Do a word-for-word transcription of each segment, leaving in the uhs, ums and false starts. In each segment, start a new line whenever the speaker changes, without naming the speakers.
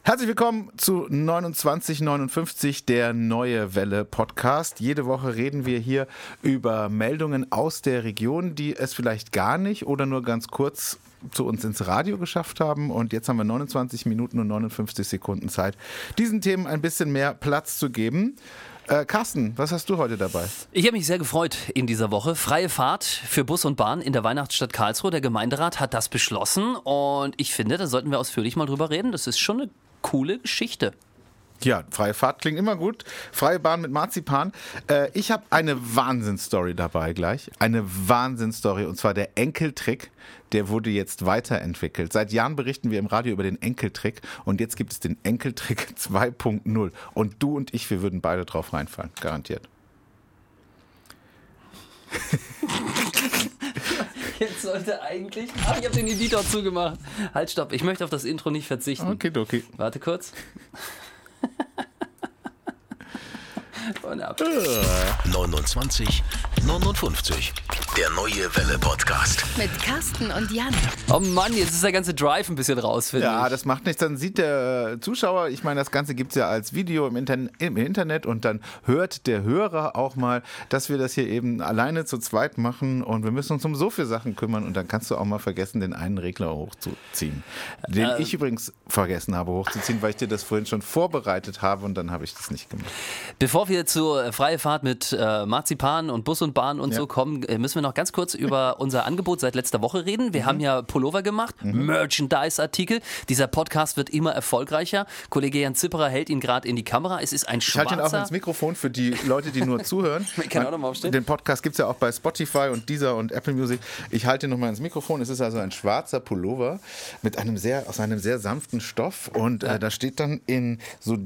Herzlich willkommen zu neunundzwanzig neunundfünfzig, der Neue Welle Podcast. Jede Woche reden wir hier über Meldungen aus der Region, die es vielleicht gar nicht oder nur ganz kurz zu uns ins Radio geschafft haben. Und jetzt haben wir neunundzwanzig Minuten und neunundfünfzig Sekunden Zeit, diesen Themen ein bisschen mehr Platz zu geben. Äh, Carsten, was hast du heute dabei?
Ich habe mich sehr gefreut in dieser Woche. Freie Fahrt für Bus und Bahn in der Weihnachtsstadt Karlsruhe. Der Gemeinderat hat das beschlossen und ich finde, da sollten wir ausführlich mal drüber reden. Das ist schon eine coole Geschichte.
Ja, freie Fahrt klingt immer gut. Freie Bahn mit Marzipan. Äh, ich habe eine Wahnsinnsstory dabei gleich. Eine Wahnsinnsstory und zwar der Enkeltrick. Der wurde jetzt weiterentwickelt. Seit Jahren berichten wir im Radio über den Enkeltrick und jetzt gibt es den Enkeltrick zwei Punkt null. Und du und ich, wir würden beide drauf reinfallen. Garantiert.
Jetzt sollte eigentlich... Ah, ich habe den Editor zugemacht. Halt, stopp. Ich möchte auf das Intro nicht verzichten.
Okay, okay.
Warte kurz. Und ab.
neunundzwanzig neunundfünfzig, der Neue Welle Podcast.
Mit Carsten und Jan.
Oh Mann, jetzt ist der ganze Drive ein bisschen raus, finde
Ja,
ich.
das macht nichts. Dann sieht der Zuschauer, ich meine, das Ganze gibt es ja als Video im, Intern- im Internet und dann hört der Hörer auch mal, dass wir das hier eben alleine zu zweit machen und wir müssen uns um so viele Sachen kümmern und dann kannst du auch mal vergessen, den einen Regler hochzuziehen. Den
Äh,
ich übrigens vergessen habe hochzuziehen, weil ich dir das vorhin schon vorbereitet habe und dann habe ich das nicht gemacht.
Bevor wir zur freie Fahrt mit äh, Marzipan und Bus und Bahn und
Ja.
so kommen, äh, müssen wir noch ganz kurz über unser Angebot seit letzter Woche reden. Wir mhm. haben ja Pullover gemacht, mhm. Merchandise-Artikel. Dieser Podcast wird immer erfolgreicher. Kollege Jan Zipperer hält ihn gerade in die Kamera. Es ist ein
Ich
schwarzer...
halte ihn auch ins Mikrofon für die Leute, die nur zuhören.
Ich kann auch noch mal aufstehen.
Den Podcast gibt es ja auch bei Spotify und Deezer und Apple Music. Ich halte ihn nochmal ins Mikrofon. Es ist also ein schwarzer Pullover mit einem sehr, aus einem sehr sanften Stoff und äh, da steht dann in so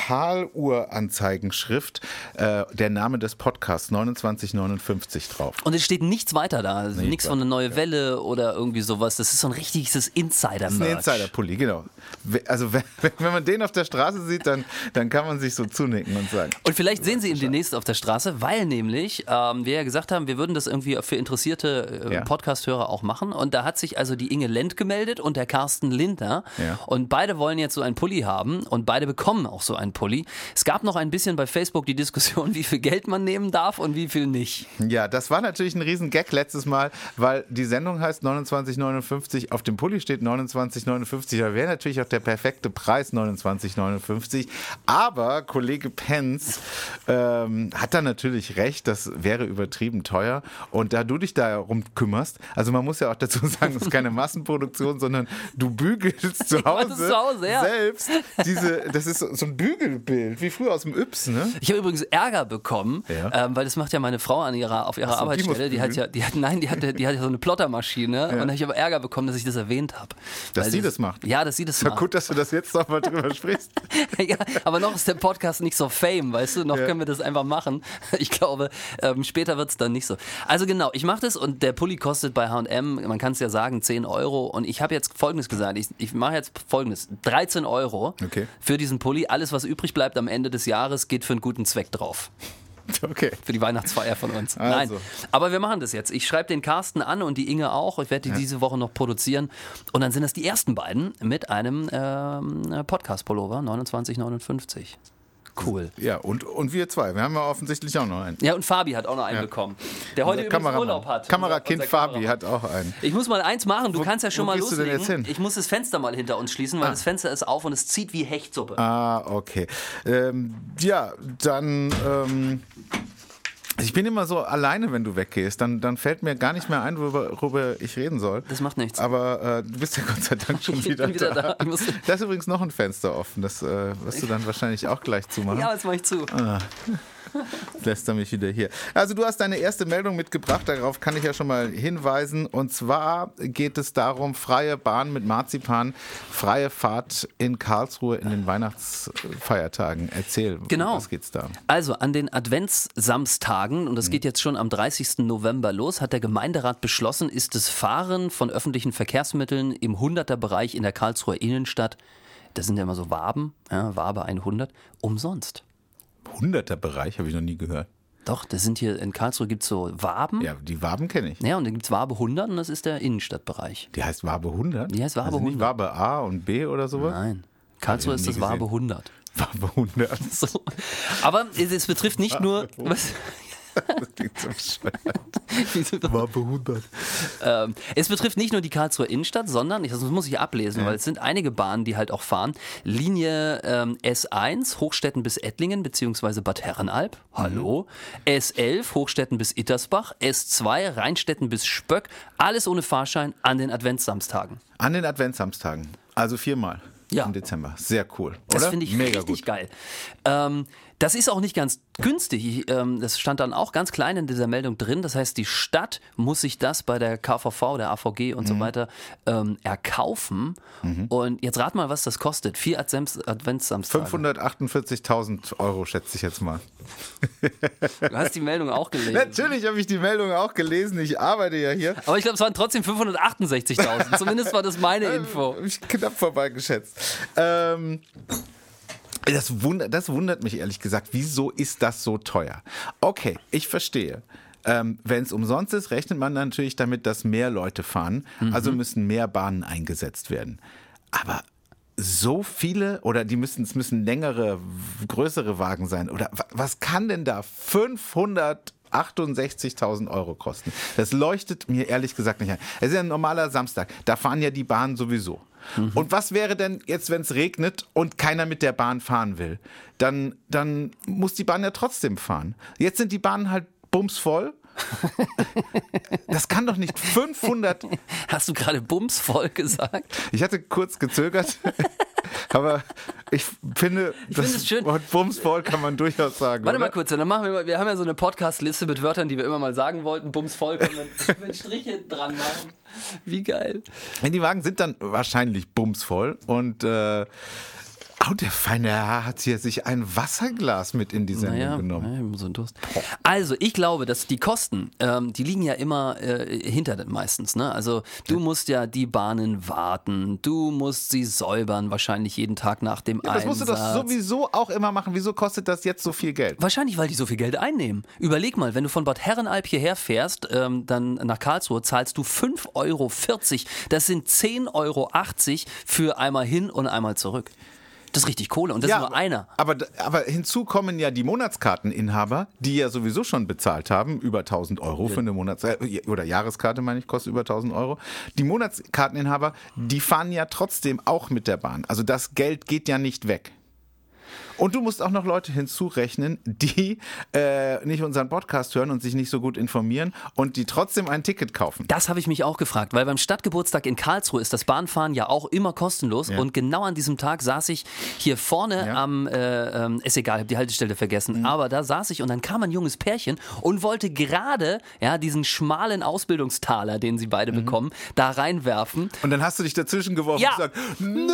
Digitaluhranzeigenschrift äh, der Name des Podcasts neunundzwanzig neunundfünfzig drauf.
Und es steht nichts weiter da. Also
Nichts
nichts von einer Neue Welle oder irgendwie sowas. Das ist so ein richtiges Insider-Merch.
Das ist ein Insider-Pulli, genau. Also wenn, wenn man den auf der Straße sieht, dann, dann kann man sich so zunicken und sagen.
Und vielleicht sehen Sie ihn demnächst auf der Straße, weil nämlich ähm, wir ja gesagt haben, wir würden das irgendwie für interessierte äh,
Ja.
Podcast-Hörer auch machen. Und da hat sich also die Inge Lent gemeldet und der Carsten Lindner.
Ja.
Und beide wollen jetzt so einen Pulli haben und beide bekommen auch so einen Pulli. Es gab noch ein bisschen bei Facebook die Diskussion, wie viel Geld man nehmen darf und wie viel nicht.
Ja, das war natürlich ein riesen Gag letztes Mal, weil die Sendung heißt neunundzwanzig neunundfünfzig, auf dem Pulli steht neunundzwanzig neunundfünfzig, da wäre natürlich auch der perfekte Preis neunundzwanzig neunundfünfzig, aber Kollege Penz ähm, hat da natürlich recht, das wäre übertrieben teuer und da du dich darum kümmerst, also man muss ja auch dazu sagen, es ist keine Massenproduktion, sondern du bügelst zu
mach
Hause,
das zu Hause, ja.
selbst diese, das ist so so ein Bügelbild, wie früher aus dem Yps, ne?
Ich habe übrigens Ärger bekommen,
Ja.
ähm, weil das macht ja meine Frau an ihrer, auf ihrer
Ach so, die
Arbeitsstelle.
muss
Die, hat ja, die hat, nein, die hat, die hat ja so eine Plottermaschine und da habe ich aber Ärger bekommen, dass ich das erwähnt habe.
Dass
Weil
sie das macht?
Ja, dass sie das
Ja,
macht.
gut, dass du das jetzt nochmal drüber sprichst.
Ja, aber noch ist der Podcast nicht so fame, weißt du, noch
Ja.
können wir das einfach machen. Ich glaube, ähm, später wird es dann nicht so. Also genau, ich mache das und der Pulli kostet bei H und M, man kann es ja sagen, zehn Euro und ich habe jetzt Folgendes gesagt, ich, ich mache jetzt Folgendes, dreizehn Euro
Okay.
für diesen Pulli, alles was übrig bleibt am Ende des Jahres geht für einen guten Zweck drauf.
Okay.
Für die Weihnachtsfeier von uns.
Also.
Nein, aber wir machen das jetzt. Ich schreibe den Carsten an und die Inge auch. Ich werde die
Ja.
diese Woche noch produzieren. Und dann sind das die ersten beiden mit einem ähm, Podcast-Pullover, neunundzwanzig neunundfünfzig. Cool.
Ja, und, und wir zwei. Wir haben ja offensichtlich auch noch einen.
Ja, und Fabi hat auch noch einen
Ja.
bekommen, der heute
Unser
übrigens
Kameramann.
Urlaub hat.
Kamerakind
Unser- unser
Fabi
Kameramann.
hat auch einen.
Ich muss mal eins machen, du
Wo-
kannst ja schon
wo
mal
gehst du denn
loslegen.
jetzt hin?
Ich muss das Fenster mal hinter uns schließen, weil
Ah.
das Fenster ist auf und es zieht wie Hechtsuppe.
Ah, okay. Ähm, ja, dann. Ähm, ich bin immer so alleine, wenn du weggehst. Dann, dann fällt mir gar nicht mehr ein, worüber, worüber ich reden soll.
Das macht nichts.
Aber äh, du bist ja Gott sei Dank schon
Ich
wieder,
bin wieder
da.
da. Ich muss-
Da ist übrigens noch ein Fenster offen. Das äh, wirst du dann wahrscheinlich auch gleich zumachen.
Ja, jetzt mache ich zu.
Jetzt lässt er mich wieder hier. Also du hast deine erste Meldung mitgebracht, darauf kann ich ja schon mal hinweisen. Und zwar geht es darum, freie Bahn mit Marzipan, freie Fahrt in Karlsruhe in den Weihnachtsfeiertagen. Erzähl,
Genau.
was geht's da?
Also an den Adventssamstagen, und das geht jetzt schon am dreißigsten November los, hat der Gemeinderat beschlossen, ist das Fahren von öffentlichen Verkehrsmitteln im Hunderter-Bereich in der Karlsruher Innenstadt, das sind ja immer so Waben, ja, Wabe hundert, umsonst.
Hunderter-Bereich, habe ich noch nie gehört.
Doch, das sind hier, in Karlsruhe gibt es so Waben.
Ja, die Waben kenne ich.
Ja, und dann gibt es Wabe hundert und das ist der Innenstadtbereich.
Die heißt Wabe hundert?
Die heißt Wabe
also nicht
hundert.
Wabe A und B oder sowas?
Nein. Karlsruhe ist das Wabe hundert.
Wabe hundert.
So. Aber es, es betrifft nicht nur... Was,
das klingt so bescheuert. Wabe hundert.
Ähm, es betrifft nicht nur die Karlsruher Innenstadt, sondern, das muss ich ablesen, ja. weil es sind einige Bahnen, die halt auch fahren. Linie ähm, S eins, Hochstetten bis Ettlingen bzw. Bad Herrenalb. Hallo. Mhm. S elf, Hochstetten bis Ittersbach. S zwei, Rheinstetten bis Spöck. Alles ohne Fahrschein an den Adventssamstagen.
An den Adventssamstagen. Also viermal
ja.
im Dezember. Sehr cool. Oder?
Das finde ich
Mega
richtig
gut.
geil. Ähm, Das ist auch nicht ganz günstig. Ich, ähm, das stand dann auch ganz klein in dieser Meldung drin. Das heißt, die Stadt muss sich das bei der K V V, der A V G und mhm. so weiter ähm, erkaufen. Mhm. Und jetzt rat mal, was das kostet. Vier Adventssamstage.
fünfhundertachtundvierzigtausend Euro, schätze ich jetzt mal.
Du hast die Meldung auch gelesen.
Natürlich habe ich die Meldung auch gelesen. Ich arbeite ja hier.
Aber ich glaube, es waren trotzdem fünfhundertachtundsechzigtausend. Zumindest war das meine Info.
Hab ich knapp vorbeigeschätzt. Ähm... Das wundert, das wundert mich ehrlich gesagt. Wieso ist das so teuer? Okay, ich verstehe. Ähm, wenn es umsonst ist, rechnet man natürlich damit, dass mehr Leute fahren. Mhm. Also müssen mehr Bahnen eingesetzt werden. Aber so viele, oder die müssen, es müssen längere, größere Wagen sein. Oder was kann denn da fünfhundertachtundsechzigtausend Euro kosten? Das leuchtet mir ehrlich gesagt nicht ein. Es ist ja ein normaler Samstag. Da fahren ja die Bahnen sowieso. Mhm. Und was wäre denn jetzt, wenn es regnet und keiner mit der Bahn fahren will? Dann, dann muss die Bahn ja trotzdem fahren. Jetzt sind die Bahnen halt bumsvoll. Das kann doch nicht fünfhundert...
Hast du gerade bumsvoll gesagt?
Ich hatte kurz gezögert, aber ich finde,
ich
das
find es schön.
Wort bumsvoll kann man durchaus sagen.
Warte
oder?
mal kurz, dann machen wir mal, wir haben ja so eine Podcast-Liste mit Wörtern, die wir immer mal sagen wollten. Bumsvoll können wir mit Striche dran machen. Wie geil.
Die Wagen sind dann wahrscheinlich bumsvoll und äh, oh, der feine Herr hat hier sich ein Wasserglas mit in die Sendung
naja,
genommen.
Naja, so ein Durst. Also, ich glaube, dass die Kosten, ähm, die liegen ja immer äh, hinter den meistens. Ne? Also, du musst ja die Bahnen warten, du musst sie säubern, wahrscheinlich jeden Tag nach dem
ja,
Einsatz.
Das musst du doch sowieso auch immer machen. Wieso kostet das jetzt so viel Geld?
Wahrscheinlich, weil die so viel Geld einnehmen. Überleg mal, wenn du von Bad Herrenalb hierher fährst, ähm, dann nach Karlsruhe, zahlst du fünf Euro vierzig. Das sind zehn Euro achtzig für einmal hin und einmal zurück. Das ist richtig Kohle und das
ja,
ist nur einer.
Aber, aber hinzu kommen ja die Monatskarteninhaber, die ja sowieso schon bezahlt haben, über tausend Euro für eine Monats- oder Jahreskarte, meine ich, kostet über tausend Euro. Die Monatskarteninhaber, die fahren ja trotzdem auch mit der Bahn. Also das Geld geht ja nicht weg. Und du musst auch noch Leute hinzurechnen, die äh, nicht unseren Podcast hören und sich nicht so gut informieren und die trotzdem ein Ticket kaufen.
Das habe ich mich auch gefragt, weil beim Stadtgeburtstag in Karlsruhe ist das Bahnfahren ja auch immer kostenlos. Ja. Und genau an diesem Tag saß ich hier vorne ja. am, äh, äh, ist egal, ich habe die Haltestelle vergessen, mhm. aber da saß ich und dann kam ein junges Pärchen und wollte gerade ja, diesen schmalen Ausbildungstaler, den sie beide mhm. bekommen, da reinwerfen.
Und dann hast du dich dazwischen geworfen
ja.
und gesagt, no!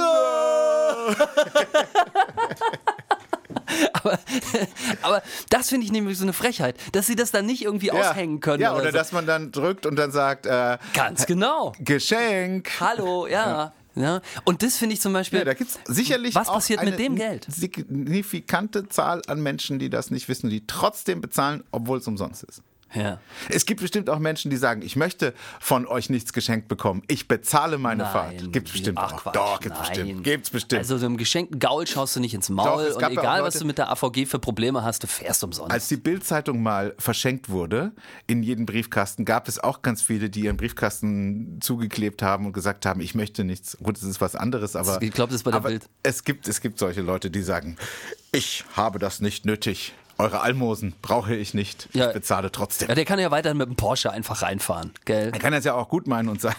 Aber, aber das finde ich nämlich so eine Frechheit, dass sie das dann nicht irgendwie ja. aushängen können.
Ja, oder,
oder so.
Dass man dann drückt und dann sagt, äh,
ganz genau.
Geschenk.
Hallo, ja. ja. ja. Und das finde ich zum Beispiel,
ja, da gibt's sicherlich
was
auch
passiert
eine
mit dem Geld?
Signifikante Zahl an Menschen, die das nicht wissen, die trotzdem bezahlen, obwohl es umsonst ist.
Ja.
Es gibt bestimmt auch Menschen, die sagen, ich möchte von euch nichts geschenkt bekommen. Ich bezahle meine
Nein,
Fahrt. Gibt es bestimmt
ach,
auch.
Quatsch,
Doch, gibt's
nein.
bestimmt. Gibt's bestimmt.
Also so einem geschenkten Gaul schaust du nicht ins Maul
Doch,
und
ja
egal,
Leute,
was du mit der A V G für Probleme hast, du fährst umsonst.
Als die Bild-Zeitung mal verschenkt wurde, in jedem Briefkasten, gab es auch ganz viele, die ihren Briefkasten zugeklebt haben und gesagt haben, ich möchte nichts. Gut, das ist was anderes, aber,
ich glaube, das ist bei der
aber
Bild.
Es gibt, es gibt solche Leute, die sagen, ich habe das nicht nötig. Eure Almosen brauche ich nicht.
Ja.
Ich bezahle trotzdem.
Ja, der kann ja weiterhin mit dem Porsche einfach reinfahren, gell?
Er kann das ja auch gut meinen und sagen.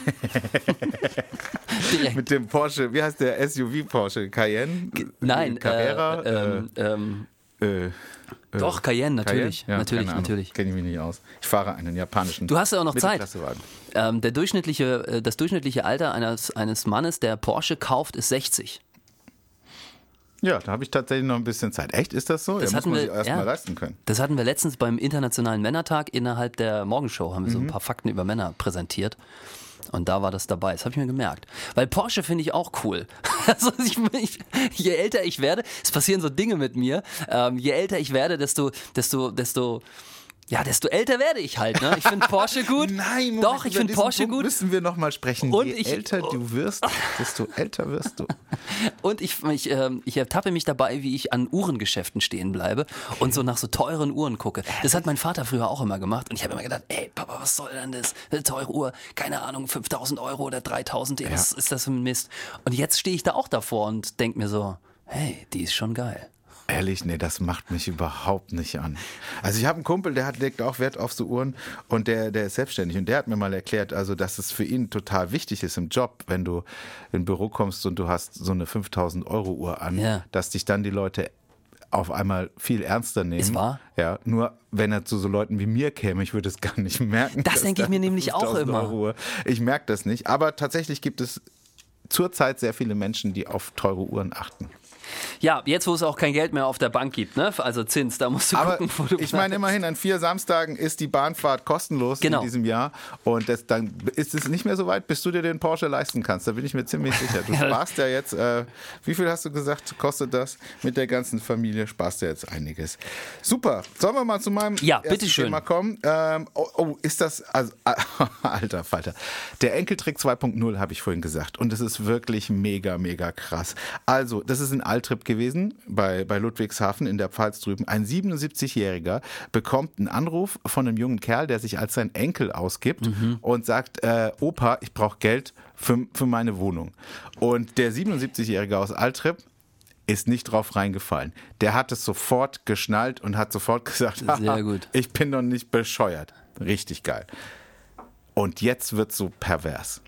Mit dem Porsche, wie heißt der S U V Porsche? Cayenne?
Nein,
Carrera?
Äh, ähm,
äh,
ähm,
äh, äh,
doch, Cayenne, natürlich.
Cayenne? Ja,
natürlich,
keine Ahnung.
natürlich.
Kenne ich mich nicht aus. Ich fahre einen japanischen.
Du hast ja auch noch Zeit.
Mittelklassewagen.
Ähm, der durchschnittliche, das durchschnittliche Alter eines, eines Mannes, der Porsche kauft, ist sechzig.
Ja, da habe ich tatsächlich noch ein bisschen Zeit. Echt, ist das so?
Das
ja,
hatten
muss man
wir,
sich erst
ja,
mal leisten können.
Das hatten wir letztens beim Internationalen Männertag innerhalb der Morgenshow, haben wir so ein paar Fakten über Männer präsentiert. Und da war das dabei. Das habe ich mir gemerkt. Weil Porsche finde ich auch cool. Also ich, ich, je älter ich werde, es passieren so Dinge mit mir, ähm, je älter ich werde, desto, desto, desto Ja, desto älter werde ich halt, ne? Ich finde Porsche gut.
Nein, Moment,
Doch, ich finde Porsche
Punkt
gut.
Müssen wir noch mal sprechen.
Und
Je
ich,
älter du wirst, desto älter wirst du.
Und ich, ich, äh, ich ertappe mich dabei, wie ich an Uhrengeschäften stehen bleibe okay. und so nach so teuren Uhren gucke. Das hat mein Vater früher auch immer gemacht. Und ich habe immer gedacht, ey, Papa, was soll denn das? Eine teure Uhr, keine Ahnung, fünftausend Euro oder dreitausend. Ja. Was ist das für ein Mist? Und jetzt stehe ich da auch davor und denke mir so, hey, die ist schon geil.
Ehrlich, nee, das macht mich überhaupt nicht an. Also ich habe einen Kumpel, der hat, legt auch Wert auf so Uhren und der, der ist selbstständig und der hat mir mal erklärt, also dass es für ihn total wichtig ist im Job, wenn du in ein Büro kommst und du hast so eine fünftausend Euro Uhr an, ja. dass dich dann die Leute auf einmal viel ernster nehmen.
Ist wahr?
Ja, nur wenn er zu so Leuten wie mir käme, ich würde es gar nicht merken.
Das denke ich mir nämlich auch immer.
Euro, ich merke das nicht, aber tatsächlich gibt es zurzeit sehr viele Menschen, die auf teure Uhren achten.
Ja, jetzt wo es auch kein Geld mehr auf der Bank gibt, ne? Also Zins, da musst du
aber
gucken, wo du
ich meine, immerhin an vier Samstagen ist die Bahnfahrt kostenlos genau. in diesem Jahr und das, dann ist es nicht mehr so weit, bis du dir den Porsche leisten kannst, da bin ich mir ziemlich sicher. Du sparst ja jetzt, äh, wie viel hast du gesagt, kostet das? Mit der ganzen Familie sparst du jetzt einiges. Super, sollen wir mal zu meinem
ja,
ersten
bitteschön.
Thema kommen? Ähm, oh, oh, ist das, also, alter Falter, der Enkeltrick zwei Punkt null habe ich vorhin gesagt und das ist wirklich mega, mega krass. Also, das ist ein Altrip gewesen bei, bei Ludwigshafen in der Pfalz drüben. Ein siebenundsiebzigjähriger bekommt einen Anruf von einem jungen Kerl, der sich als sein Enkel ausgibt mhm. und sagt, äh, Opa, ich brauche Geld für, für meine Wohnung. Und der siebenundsiebzigjährige aus Altrip ist nicht drauf reingefallen. Der hat es sofort geschnallt und hat sofort gesagt,
sehr gut.
Ich bin doch nicht bescheuert. Richtig geil. Und jetzt wird es so pervers.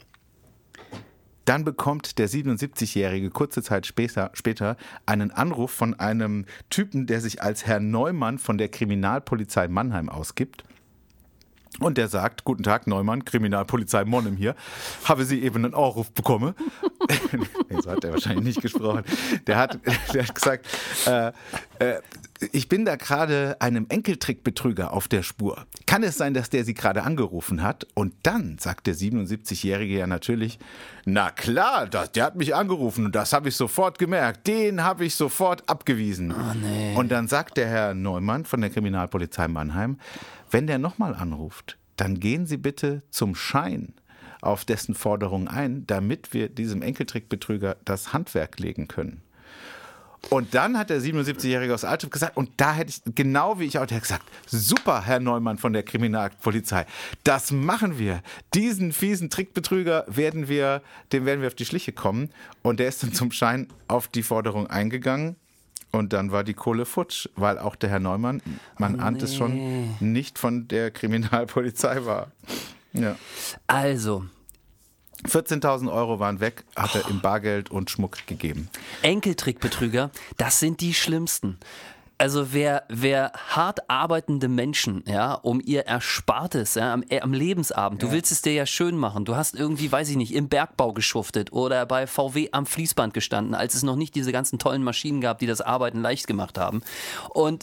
Dann bekommt der siebenundsiebzigjährige kurze Zeit später, später einen Anruf von einem Typen, der sich als Herr Neumann von der Kriminalpolizei Mannheim ausgibt. Und der sagt, guten Tag Neumann, Kriminalpolizei Monnem hier, habe Sie eben einen Anruf bekommen. So hat er wahrscheinlich nicht gesprochen. Der hat, der hat gesagt, äh, äh, ich bin da gerade einem Enkeltrickbetrüger auf der Spur. Kann es sein, dass der Sie gerade angerufen hat? Und dann sagt der siebenundsiebzigjährige ja natürlich, na klar, das, der hat mich angerufen und das habe ich sofort gemerkt. Den habe ich sofort abgewiesen.
Oh, nee.
Und dann sagt der Herr Neumann von der Kriminalpolizei Mannheim, wenn der nochmal anruft, dann gehen Sie bitte zum Schein auf dessen Forderung ein, damit wir diesem Enkeltrickbetrüger das Handwerk legen können. Und dann hat der siebenundsiebzigjährige aus Altrip gesagt, und da hätte ich, genau wie ich auch, der hat gesagt, super, Herr Neumann von der Kriminalpolizei, das machen wir. Diesen fiesen Trickbetrüger werden wir, dem werden wir auf die Schliche kommen. Und der ist dann zum Schein auf die Forderung eingegangen. Und dann war die Kohle futsch, weil auch der Herr Neumann, man oh, ahnt nee. es schon, nicht von der Kriminalpolizei war. Ja.
Also.
vierzehntausend Euro waren weg, hat er im Bargeld und Schmuck gegeben.
Enkeltrickbetrüger, das sind die schlimmsten. Also wer, wer hart arbeitende Menschen, ja, um ihr Erspartes, ja, am, am Lebensabend, du ja. willst es dir ja schön machen, du hast irgendwie, weiß ich nicht, im Bergbau geschuftet oder bei V W am Fließband gestanden, als es noch nicht diese ganzen tollen Maschinen gab, die das Arbeiten leicht gemacht haben. Und,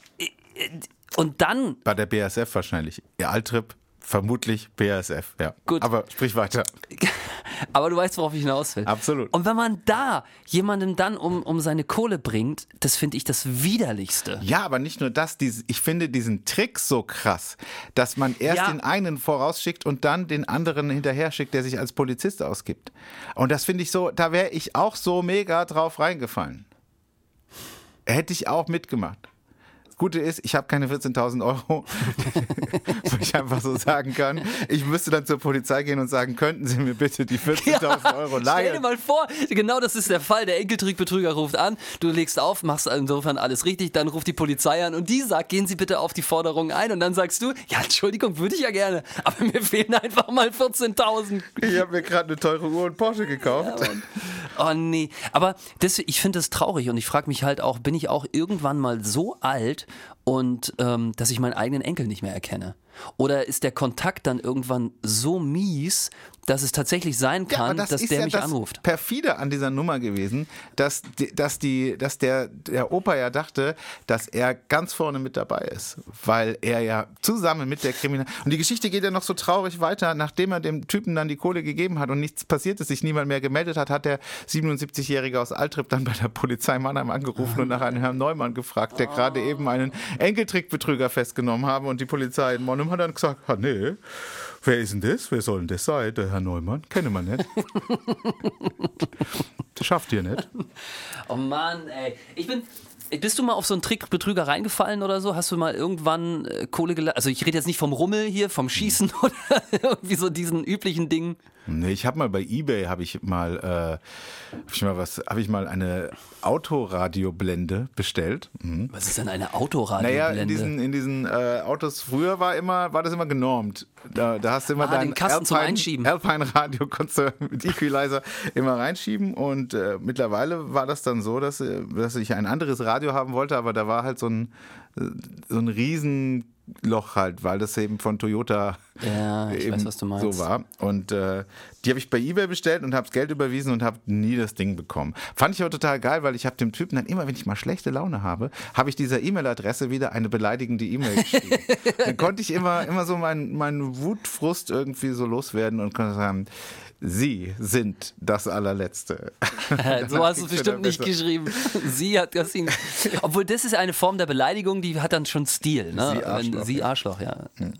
und dann...
Bei der B A S F wahrscheinlich, ihr Altrip, vermutlich B A S F, ja. Gut. Aber sprich weiter.
Aber du weißt, worauf ich hinaus will.
Absolut.
Und wenn man da jemandem dann um, um seine Kohle bringt, das finde ich das Widerlichste.
Ja, aber nicht nur das, diese, ich finde diesen Trick so krass, dass man erst ja. den einen vorausschickt und dann den anderen hinterher schickt, der sich als Polizist ausgibt. Und das finde ich so, da wäre ich auch so mega drauf reingefallen. Hätte ich auch mitgemacht. Gute ist, ich habe keine vierzehntausend Euro, wo ich einfach so sagen kann. Ich müsste dann zur Polizei gehen und sagen, könnten Sie mir bitte die vierzehntausend ja, Euro leihen?
Stell dir mal vor, genau das ist der Fall. Der Enkeltrickbetrüger ruft an, du legst auf, machst insofern alles richtig, dann ruft die Polizei an und die sagt, gehen Sie bitte auf die Forderung ein und dann sagst du, ja, Entschuldigung, würde ich ja gerne, aber mir fehlen einfach mal vierzehntausend.
Ich habe mir gerade eine teure Uhr und Porsche gekauft.
Ja, oh nee, aber das, ich finde das traurig und ich frage mich halt auch, bin ich auch irgendwann mal so alt, und ähm, dass ich meinen eigenen Enkel nicht mehr erkenne? Oder ist der Kontakt dann irgendwann so mies, dass es tatsächlich sein kann, ja, das dass der ja mich
das
anruft?
Perfide an dieser Nummer gewesen, dass, die, dass, die, dass der, der Opa ja dachte, dass er ganz vorne mit dabei ist, weil er ja zusammen mit der Kriminal... Und die Geschichte geht ja noch so traurig weiter, nachdem er dem Typen dann die Kohle gegeben hat und nichts passiert ist, sich niemand mehr gemeldet hat, hat der siebenundsiebzigjährige aus Altrip dann bei der Polizei Mannheim angerufen und nach einem Herrn Neumann gefragt, der gerade eben einen Enkeltrickbetrüger festgenommen haben und die Polizei in Monum hat dann gesagt, ah, nee, wer ist denn das? Wer soll denn das sein? Der Herr Neumann, kenne man nicht. Das schafft ihr nicht.
Oh Mann, ey. Ich bin... Bist du mal auf so einen Trickbetrüger reingefallen oder so? Hast du mal irgendwann äh, Kohle gelassen? Also ich rede jetzt nicht vom Rummel hier, vom Schießen oder irgendwie so diesen üblichen Dingen.
Nee, ich habe mal bei eBay habe ich mal äh, hab ich mal was habe ich mal eine Autoradioblende bestellt. Mhm.
Was ist denn eine Autoradioblende?
Naja, in diesen in diesen äh, Autos früher war immer war das immer genormt. Da, da hast du immer
ah,
deinen
den Kasten zum Einschieben.
Alpine Radio konntest du mit Equalizer immer reinschieben und äh, mittlerweile war das dann so, dass dass ich ein anderes Radio haben wollte, aber da war halt so ein so ein Riesenloch halt, weil das eben von Toyota
ja, ich
eben
weiß, was du meinst.
so war. Und äh, die habe ich bei eBay bestellt und habe das Geld überwiesen und habe nie das Ding bekommen. Fand ich aber total geil, weil ich habe dem Typen dann immer, wenn ich mal schlechte Laune habe, habe ich dieser E-Mail-Adresse wieder eine beleidigende E-Mail geschrieben. Dann konnte ich immer, immer so meinen mein Wutfrust irgendwie so loswerden und konnte sagen, Sie sind das Allerletzte.
So hast du es bestimmt nicht geschrieben. Sie hat das ihn. Obwohl, das ist eine Form der Beleidigung, die hat dann schon Stil. Ne?
Sie Arschloch.
Wenn, Sie Arschloch, ja.
Hm.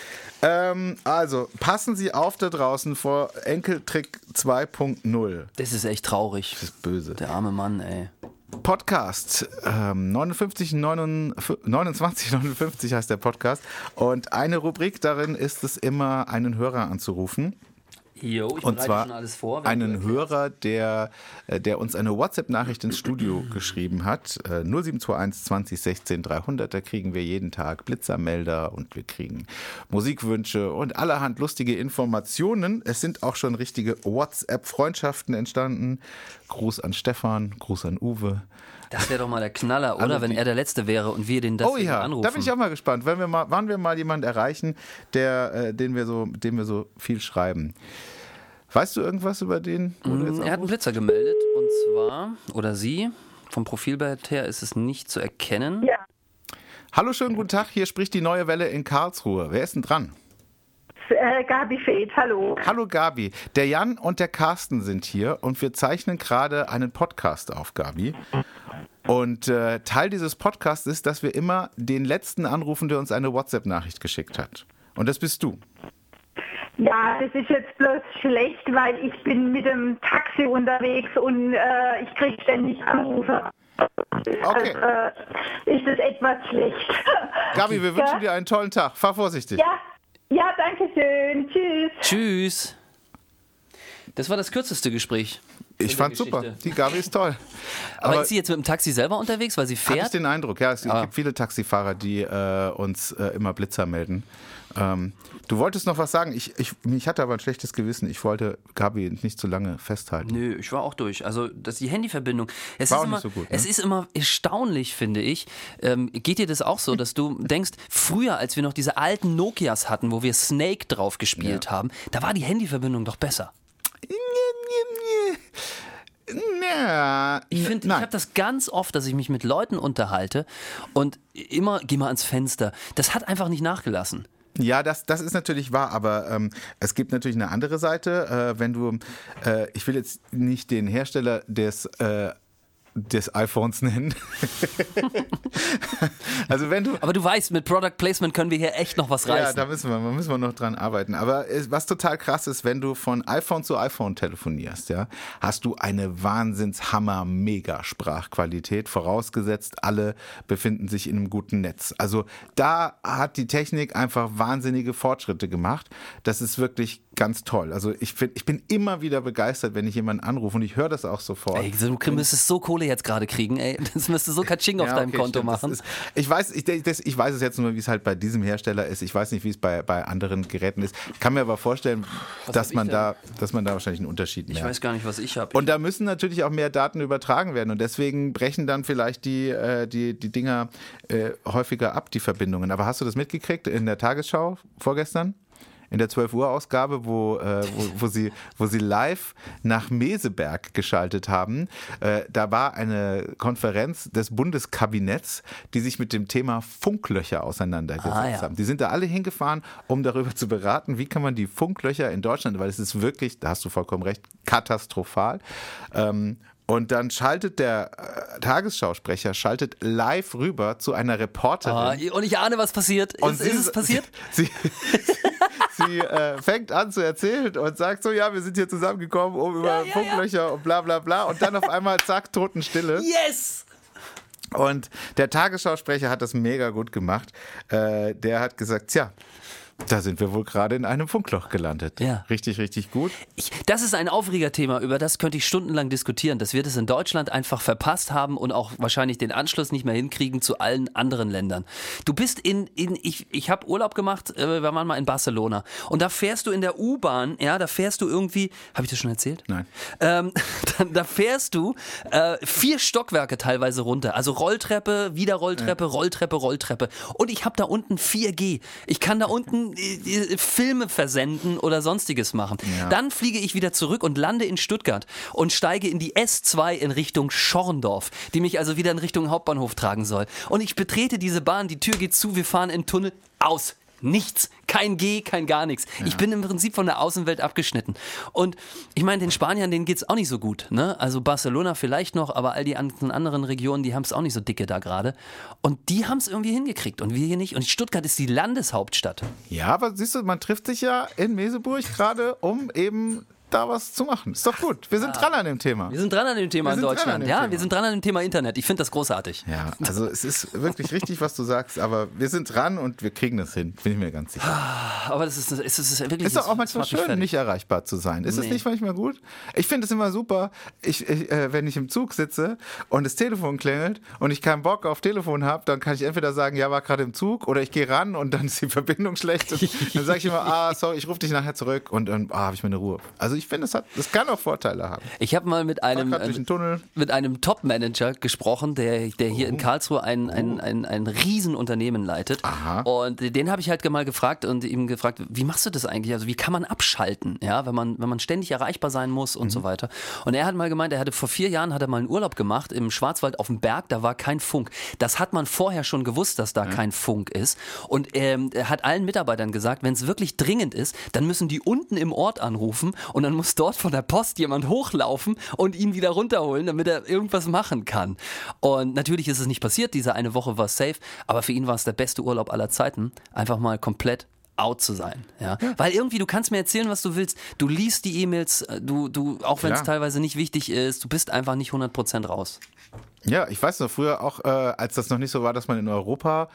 Ähm, also, passen Sie auf da draußen vor Enkeltrick zwei Punkt null.
Das ist echt traurig.
Das ist böse.
Der arme Mann, ey.
Podcast, ähm, neunundfünfzig, neunundzwanzig neunundfünfzig heißt der Podcast. Und eine Rubrik darin ist es immer, einen Hörer anzurufen.
Jo, ich
und zwar
schon alles vor,
einen Hörer, der, der uns eine WhatsApp-Nachricht ins Studio geschrieben hat. null sieben zwei eins zwanzig sechzehn dreihundert, da kriegen wir jeden Tag Blitzermelder und wir kriegen Musikwünsche und allerhand lustige Informationen. Es sind auch schon richtige WhatsApp-Freundschaften entstanden. Gruß an Stefan, Gruß an Uwe.
Das wäre doch mal der Knaller, oder?
Also
wenn
die,
er der Letzte wäre und wir den deswegen
oh ja,
anrufen.
Da bin ich auch mal gespannt. Wenn wir mal, wann wir mal jemanden erreichen, der, äh, den wir so, dem wir so viel schreiben. Weißt du irgendwas über den?
Mm, er hat einen Blitzer gemeldet und zwar, oder sie, vom Profilbild her ist es nicht zu erkennen.
Ja.
Hallo, schönen guten Tag, hier spricht die Neue Welle in Karlsruhe. Wer ist denn dran?
Äh, Gabi Feth, hallo.
Hallo Gabi, der Jan und der Carsten sind hier und wir zeichnen gerade einen Podcast auf, Gabi. Und äh, Teil dieses Podcasts ist, dass wir immer den letzten anrufen, der uns eine WhatsApp-Nachricht geschickt hat. Und das bist du.
Ja, das ist jetzt bloß schlecht, weil ich bin mit dem Taxi unterwegs und äh, ich kriege ständig Anrufe.
Okay.
Also, äh, ist das etwas schlecht.
Gabi, wir
ja?
wünschen dir einen tollen Tag. Fahr vorsichtig.
Ja, ja, danke schön. Tschüss.
Tschüss. Das war das kürzeste Gespräch.
Ich fand's super. Die Gabi ist toll.
Aber, Aber ist sie jetzt mit dem Taxi selber unterwegs, weil sie fährt?
Habe ich den Eindruck, ja. Es
ah.
gibt viele Taxifahrer, die äh, uns äh, immer Blitzer melden. Ähm, du wolltest noch was sagen. Ich, ich, ich hatte aber ein schlechtes Gewissen. Ich wollte Gabi nicht zu lange festhalten.
Nö, ich war auch durch. Also das, die Handyverbindung. Es
war
ist
auch
immer,
nicht so gut. Ne?
Es ist immer erstaunlich, finde ich. Ähm, geht dir das auch so, dass du denkst, früher, als wir noch diese alten Nokias hatten, wo wir Snake drauf gespielt
ja.
haben, da war die Handyverbindung doch besser.
Ja,
ich finde, ich habe das ganz oft, dass ich mich mit Leuten unterhalte und immer, geh mal ans Fenster. Das hat einfach nicht nachgelassen.
Ja, das, das ist natürlich wahr, aber ähm, es gibt natürlich eine andere Seite. Äh, wenn du, äh, ich will jetzt nicht den Hersteller des äh, des iPhones nennen. Also wenn du,
aber du weißt, mit Product Placement können wir hier echt noch was reißen.
Ja, da müssen wir, da müssen wir noch dran arbeiten. Aber was total krass ist, wenn du von iPhone zu iPhone telefonierst, ja, hast du eine Wahnsinns-Hammer-Mega-Sprachqualität, vorausgesetzt, alle befinden sich in einem guten Netz. Also da hat die Technik einfach wahnsinnige Fortschritte gemacht. Das ist wirklich ganz toll. Also ich, find, ich bin immer wieder begeistert, wenn ich jemanden anrufe und ich höre das auch sofort.
Ey, du müsstest so Kohle jetzt gerade kriegen, ey. Das müsste so Katsching auf ja, deinem okay, Konto stimmt. machen.
Ist, ich, weiß, ich, das, ich weiß es jetzt nur, wie es halt bei diesem Hersteller ist. Ich weiß nicht, wie es bei, bei anderen Geräten ist. Ich kann mir aber vorstellen, dass man, da, dass man da wahrscheinlich einen Unterschied merkt.
Ich weiß gar nicht, was ich habe.
Und da müssen natürlich auch mehr Daten übertragen werden. Und deswegen brechen dann vielleicht die, äh, die, die Dinger äh, häufiger ab, die Verbindungen. Aber hast du das mitgekriegt in der Tagesschau vorgestern? In der zwölf Uhr Ausgabe, wo, äh, wo, wo, sie, wo sie live nach Meseberg geschaltet haben. Äh, da war eine Konferenz des Bundeskabinetts, die sich mit dem Thema Funklöcher auseinandergesetzt ah, ja. haben. Die sind da alle hingefahren, um darüber zu beraten, wie kann man die Funklöcher in Deutschland, weil es ist wirklich, da hast du vollkommen recht, katastrophal. Ähm, Und dann schaltet der äh, Tagesschausprecher schaltet live rüber zu einer Reporterin.
Oh, und ich ahne, was passiert.
Und
ist,
sie,
ist es passiert?
Sie, sie, sie äh, fängt an zu erzählen und sagt so, ja, wir sind hier zusammengekommen, um über
Ja, ja,
Funklöcher
ja.
und bla bla bla. Und dann auf einmal, zack, Totenstille.
Yes!
Und der Tagesschausprecher hat das mega gut gemacht. Äh, der hat gesagt, tja, da sind wir wohl gerade in einem Funkloch gelandet.
Ja.
Richtig, richtig gut.
Ich, das ist ein Aufregerthema, über das könnte ich stundenlang diskutieren. Das wird es in Deutschland einfach verpasst haben und auch wahrscheinlich den Anschluss nicht mehr hinkriegen zu allen anderen Ländern. Du bist in, in ich, ich habe Urlaub gemacht, äh, wir waren mal in Barcelona und da fährst du in der U-Bahn, ja, da fährst du irgendwie, habe ich das schon erzählt?
Nein.
Ähm, da, da fährst du äh, vier Stockwerke teilweise runter, also Rolltreppe, wieder Rolltreppe, ja. Rolltreppe, Rolltreppe und ich habe da unten vier G. Ich kann da unten Filme versenden oder sonstiges machen. Ja. Dann fliege ich wieder zurück und lande in Stuttgart und steige in die S zwei in Richtung Schorndorf, die mich also wieder in Richtung Hauptbahnhof tragen soll. Und ich betrete diese Bahn, die Tür geht zu, wir fahren in den Tunnel, aus. Nichts, kein G, kein gar nichts. Ja. Ich bin im Prinzip von der Außenwelt abgeschnitten. Und ich meine, den Spaniern, denen geht's auch nicht so gut. Ne? Also Barcelona vielleicht noch, aber all die anderen Regionen, die haben es auch nicht so dicke da gerade. Und die haben es irgendwie hingekriegt und wir hier nicht. Und Stuttgart ist die Landeshauptstadt.
Ja, aber siehst du, man trifft sich ja in Meseburg gerade, um eben da was zu machen. Ist doch gut. Wir sind dran an dem Thema.
Wir sind dran an dem Thema
wir
in Deutschland. Ja,
Thema.
wir sind dran an dem Thema Internet. Ich finde das großartig.
Ja, also es ist wirklich richtig, was du sagst, aber wir sind dran und wir kriegen das hin. Bin ich mir ganz sicher.
Aber das ist, es ist wirklich...
Ist doch auch manchmal schön, nicht erreichbar zu sein. Ist es
Nee.
nicht manchmal gut? Ich finde es immer super, ich, ich, äh, wenn ich im Zug sitze und das Telefon klingelt und ich keinen Bock auf Telefon habe, dann kann ich entweder sagen, ja, war gerade im Zug oder ich gehe ran und dann ist die Verbindung schlecht. Und dann sage ich immer, ah, sorry, ich rufe dich nachher zurück und dann ah, habe ich meine Ruhe. Also ich finde, es hat, das kann auch Vorteile haben.
Ich habe mal mit einem,
durch den Tunnel.
mit einem Top-Manager gesprochen, der, der hier in Karlsruhe ein, ein, ein, ein Riesenunternehmen leitet.
Aha.
Und den habe ich halt mal gefragt und ihm gefragt, wie machst du das eigentlich? Also wie kann man abschalten, ja, wenn man, wenn man ständig erreichbar sein muss und mhm. so weiter. Und er hat mal gemeint, er hatte vor vier Jahren hat er mal einen Urlaub gemacht im Schwarzwald auf dem Berg, da war kein Funk. Das hat man vorher schon gewusst, dass da ja. kein Funk ist. Und ähm, er hat allen Mitarbeitern gesagt, wenn es wirklich dringend ist, dann müssen die unten im Ort anrufen und dann muss dort von der Post jemand hochlaufen und ihn wieder runterholen, damit er irgendwas machen kann. Und natürlich ist es nicht passiert, diese eine Woche war safe, aber für ihn war es der beste Urlaub aller Zeiten, einfach mal komplett out zu sein. Ja? Ja. Weil irgendwie, du kannst mir erzählen, was du willst, du liest die E-Mails, du, du, auch wenn es teilweise nicht wichtig ist, du bist einfach nicht hundert Prozent raus.
Ja, ich weiß noch, früher auch, äh, als das noch nicht so war, dass man in Europa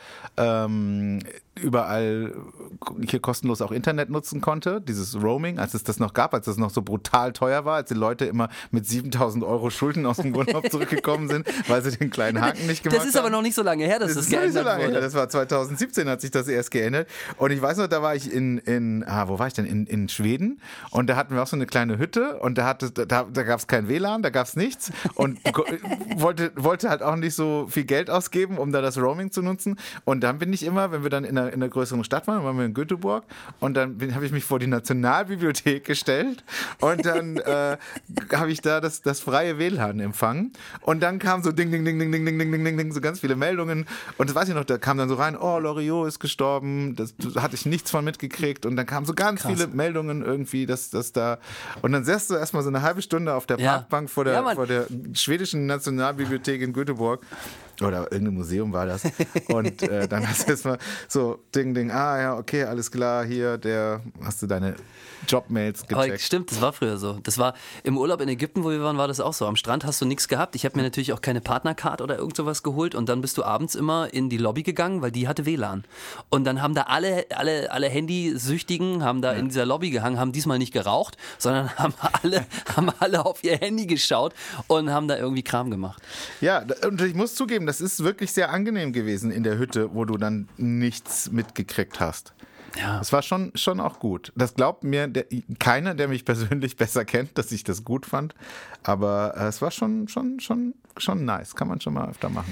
ähm, überall hier kostenlos auch Internet nutzen konnte, dieses Roaming, als es das noch gab, als es noch so brutal teuer war, als die Leute immer mit siebentausend Euro Schulden aus dem Urlaub zurückgekommen sind, weil sie den kleinen Haken nicht gemacht haben.
Das ist aber noch nicht so lange her, dass das, das geändert
ist noch nicht so lange
wurde.
Her. Das war zweitausendsiebzehn, hat sich das erst geändert. Und ich weiß noch, da war ich in, in ah, wo war ich denn? In, in Schweden und da hatten wir auch so eine kleine Hütte und da, hatte, da, da gab es kein W L A N, da gab es nichts und wollte, wollte halt auch nicht so viel Geld ausgeben, um da das Roaming zu nutzen. Und dann bin ich immer, wenn wir dann in einer, in einer größeren Stadt waren, waren wir in Göteborg und dann habe ich mich vor die Nationalbibliothek gestellt und dann äh, habe ich da das, das freie W L A N empfangen und dann kam so ding, ding, ding, ding, ding, ding, ding, ding, ding, so ganz viele Meldungen und das weiß ich noch, da kam dann so rein, oh, Loriot ist gestorben, das, da hatte ich nichts von mitgekriegt und dann kamen so ganz Krass. viele Meldungen irgendwie, dass das da und dann säßt du erstmal so eine halbe Stunde auf der
ja.
Parkbank vor der,
ja,
vor der schwedischen Nationalbibliothek in Göteborg oder irgendein Museum war das und äh, dann hast du erstmal so Ding, Ding, ah ja, okay, alles klar, hier, der, hast du deine Jobmails gecheckt.
Aber stimmt, das war früher so. Das war im Urlaub in Ägypten, wo wir waren, war das auch so. Am Strand hast du nichts gehabt. Ich habe mir natürlich auch keine Partnercard oder irgend sowas geholt und dann bist du abends immer in die Lobby gegangen, weil die hatte W L A N. Und dann haben da alle, alle, alle Handysüchtigen haben da ja. in dieser Lobby gehangen, haben diesmal nicht geraucht, sondern haben alle, haben alle auf ihr Handy geschaut und haben da irgendwie Kram gemacht.
Ja, und ich muss zugeben, das ist wirklich sehr angenehm gewesen in der Hütte, wo du dann nichts mitgekriegt hast.
Ja.
Es war schon, schon auch gut. Das glaubt mir der, keiner, der mich persönlich besser kennt, dass ich das gut fand. Aber äh, es war schon, schon, schon, schon nice. Kann man schon mal öfter machen.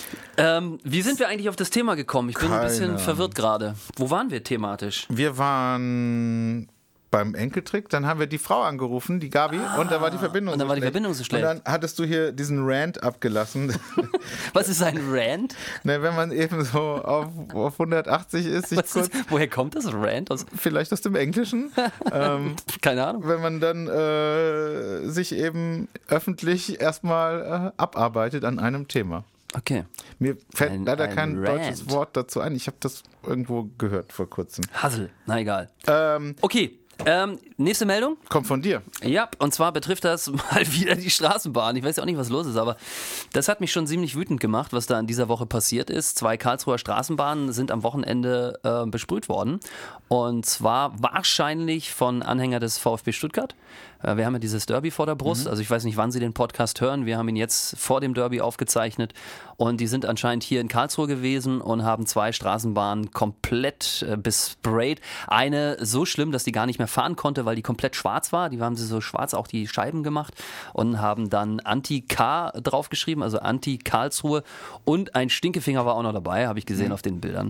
Ähm, wie sind wir eigentlich auf das Thema gekommen? Ich bin
Keine
ein bisschen verwirrt gerade. Wo waren wir thematisch?
Wir waren beim Enkeltrick. Dann haben wir die Frau angerufen, die Gabi, ah, und da war die Verbindung
und dann
so
war die
schlecht.
Verbindung so schlecht.
Und dann hattest du hier diesen Rant abgelassen.
Was ist ein Rant?
Ne, wenn man eben so auf, auf hundertachtzig ist, sich
Was
kurz,
ist, woher kommt das Rant? Aus
vielleicht aus dem Englischen. ähm,
Keine Ahnung.
Wenn man dann äh, sich eben öffentlich erstmal äh, abarbeitet an einem Thema.
Okay.
Mir fällt
Ein-
leider
ein
kein
Rant.
deutsches Wort dazu ein. Ich habe das irgendwo gehört vor kurzem.
Hassel, na egal.
Ähm,
Okay, ähm, nächste Meldung.
kommt von dir.
Ja, und zwar betrifft das mal wieder die Straßenbahn. Ich weiß ja auch nicht, was los ist, aber das hat mich schon ziemlich wütend gemacht, was da in dieser Woche passiert ist. Zwei Karlsruher Straßenbahnen sind am Wochenende äh, besprüht worden. Und zwar wahrscheinlich von Anhängern des VfB Stuttgart. Äh, wir haben ja dieses Derby vor der Brust. Mhm. Also ich weiß nicht, wann Sie den Podcast hören. Wir haben ihn jetzt vor dem Derby aufgezeichnet. Und die sind anscheinend hier in Karlsruhe gewesen und haben zwei Straßenbahnen komplett äh, besprayt. Eine so schlimm, dass die gar nicht mehr fahren konnte, weil die komplett schwarz war. Die haben sie so schwarz auch die Scheiben gemacht und haben dann Anti-K draufgeschrieben, also Anti-Karlsruhe. Und ein Stinkefinger war auch noch dabei, habe ich gesehen mhm. auf den Bildern.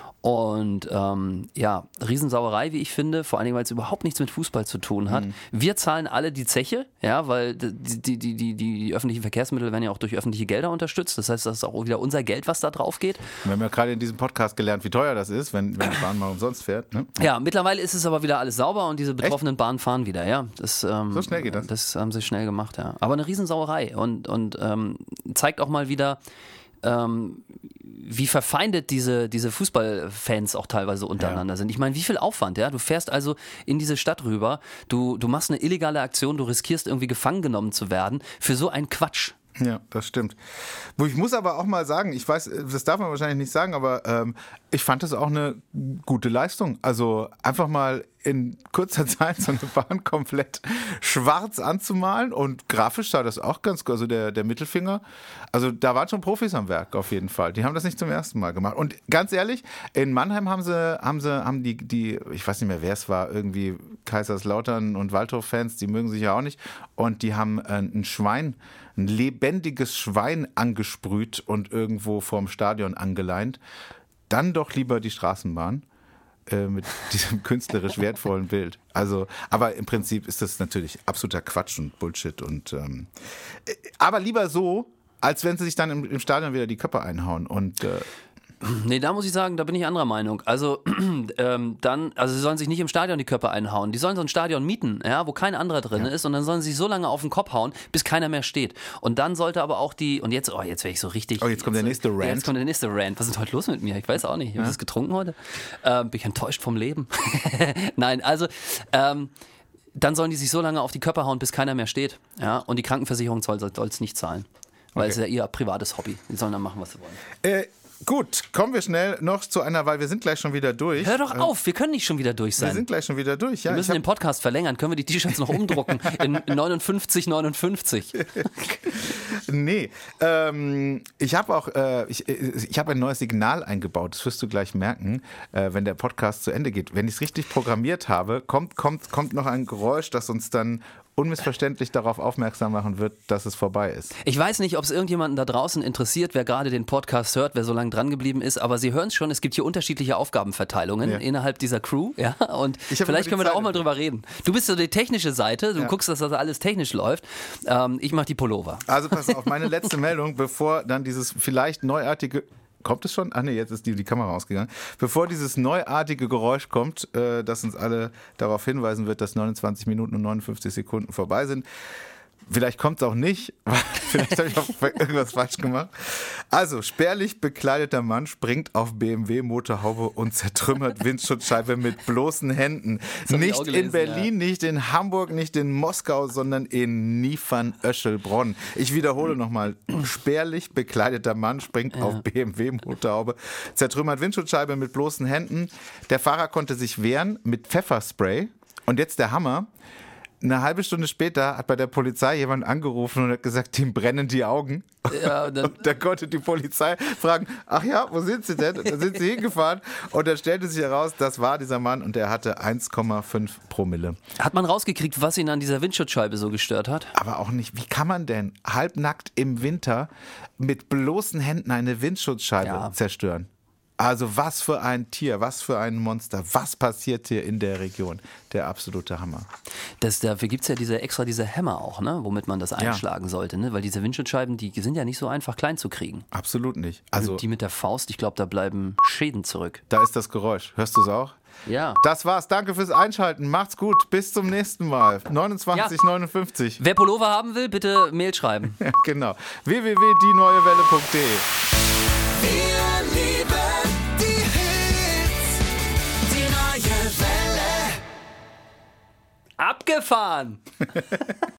Und ähm, ja, Riesensauerei, wie ich finde, vor allen Dingen, weil es überhaupt nichts mit Fußball zu tun hat. Mhm. Wir zahlen alle die Zeche, ja, weil die, die, die, die, die öffentlichen Verkehrsmittel werden ja auch durch öffentliche Gelder unterstützt. Das heißt, das ist auch wieder unser Geld, was da drauf geht.
Wir haben ja gerade in diesem Podcast gelernt, wie teuer das ist, wenn, wenn die Bahn mal umsonst fährt. Ne?
Ja, mittlerweile ist es aber wieder alles sauber und diese betroffenen Echt? Bahnen fahren wieder, ja. Das, ähm,
so schnell geht das?
Das haben sie schnell gemacht, ja. Aber eine Riesensauerei und, und ähm, zeigt auch mal wieder, ähm, wie verfeindet diese, diese Fußballfans auch teilweise untereinander ja. sind. Ich meine, wie viel Aufwand, ja? Du fährst also in diese Stadt rüber, du, du machst eine illegale Aktion, du riskierst irgendwie gefangen genommen zu werden für so einen Quatsch.
Ja, das stimmt. Wo ich muss aber auch mal sagen, ich weiß, das darf man wahrscheinlich nicht sagen, aber ähm, ich fand das auch eine gute Leistung. Also einfach mal in kurzer Zeit so eine Bahn komplett schwarz anzumalen und grafisch sah das auch ganz gut. Also der, der Mittelfinger, also da waren schon Profis am Werk auf jeden Fall. Die haben das nicht zum ersten Mal gemacht. Und ganz ehrlich, in Mannheim haben sie, haben sie, haben die, die, ich weiß nicht mehr, wer es war, irgendwie Kaiserslautern und Waldhof-Fans, die mögen sich ja auch nicht. Und die haben äh, ein Schwein, ein lebendiges Schwein angesprüht und irgendwo vorm Stadion angeleint. Dann doch lieber die Straßenbahn äh, mit diesem künstlerisch wertvollen Bild. Also, aber im Prinzip ist das natürlich absoluter Quatsch und Bullshit. Und, ähm, aber lieber so, als wenn sie sich dann im, im Stadion wieder die Köpfe einhauen. Und äh,
Nee, da muss ich sagen, da bin ich anderer Meinung. Also ähm, dann, also sie sollen sich nicht im Stadion die Köpfe einhauen. Die sollen so ein Stadion mieten, ja, wo kein anderer drin ja. ist, und dann sollen sie sich so lange auf den Kopf hauen, bis keiner mehr steht. Und dann sollte aber auch die, und jetzt, oh, jetzt wäre ich so richtig.
Oh, jetzt kommt
jetzt,
der nächste Rant.
Ja, jetzt kommt der nächste Rant. Was ist heute los mit mir? Ich weiß auch nicht. Habe ich
ja.
das getrunken heute? Ähm, bin ich enttäuscht vom Leben? Nein, also ähm, dann sollen die sich so lange auf die Köpfe hauen, bis keiner mehr steht. Ja, und die Krankenversicherung soll es nicht zahlen. Weil okay. es ist ja ihr privates Hobby. Die sollen dann machen, was sie wollen.
Äh, Gut, kommen wir schnell noch zu einer, weil wir sind gleich schon wieder durch.
Hör doch auf, wir können nicht schon wieder durch sein.
Wir sind gleich schon wieder durch, ja.
Wir müssen
hab...
den Podcast verlängern. Können wir die T-Shirts noch umdrucken in neunundfünfzig neunundfünfzig?
Nee, ähm, ich habe auch, äh, ich, ich habe ein neues Signal eingebaut. Das wirst du gleich merken, äh, wenn der Podcast zu Ende geht. Wenn ich es richtig programmiert habe, kommt, kommt, kommt noch ein Geräusch, das uns dann unmissverständlich darauf aufmerksam machen wird, dass es vorbei ist.
Ich weiß nicht, ob es irgendjemanden da draußen interessiert, wer gerade den Podcast hört, wer so lange dran geblieben ist, aber Sie hören es schon, es gibt hier unterschiedliche Aufgabenverteilungen ja. innerhalb dieser Crew, ja, und vielleicht können wir da auch mal drüber reden. Du bist so die technische Seite, du ja. guckst, dass das alles technisch läuft, ähm, ich mache die Pullover.
Also pass auf, meine letzte Meldung, bevor dann dieses vielleicht neuartige... Kommt es schon? Ach nee, jetzt ist die, die Kamera ausgegangen. Bevor dieses neuartige Geräusch kommt, äh, das uns alle darauf hinweisen wird, dass neunundzwanzig Minuten und neunundfünfzig Sekunden vorbei sind. Vielleicht kommt es auch nicht, weil vielleicht habe ich auch irgendwas falsch gemacht. Also, spärlich bekleideter Mann springt auf B M W-Motorhaube und zertrümmert Windschutzscheibe mit bloßen Händen. Nicht gelesen, in Berlin, ja. nicht in Hamburg, nicht in Moskau, sondern in Niefern-Öschelbronn. Ich wiederhole nochmal. Spärlich bekleideter Mann springt ja. auf B M W-Motorhaube, zertrümmert Windschutzscheibe mit bloßen Händen. Der Fahrer konnte sich wehren mit Pfefferspray. Und jetzt der Hammer. Eine halbe Stunde später hat bei der Polizei jemand angerufen und hat gesagt, ihm brennen die Augen. Ja, und, dann und da konnte die Polizei fragen, ach ja, wo sind Sie denn? Da sind Sie hingefahren. Und dann stellte sich heraus, das war dieser Mann und der hatte eins Komma fünf Promille.
Hat man rausgekriegt, was ihn an dieser Windschutzscheibe so gestört hat?
Aber auch nicht. Wie kann man denn halbnackt im Winter mit bloßen Händen eine Windschutzscheibe ja. zerstören? Also was für ein Tier, was für ein Monster, was passiert hier in der Region? Der absolute Hammer.
Das, dafür gibt es ja diese, extra diese Hämmer auch, ne? Womit man das einschlagen ja. sollte. Ne? Weil diese Windschutzscheiben, die sind ja nicht so einfach klein zu kriegen.
Absolut nicht. Also
die mit der Faust, ich glaube, da bleiben Schäden zurück.
Da ist das Geräusch. Hörst du es auch?
Ja.
Das war's. Danke fürs Einschalten. Macht's gut. Bis zum nächsten Mal. neunundzwanzig neunundfünfzig.
Wer Pullover haben will, bitte Mail schreiben.
Ja, genau. w w w punkt die neue welle punkt de.
Wir lieben die Hits. Die neue Welle.
Abgefahren!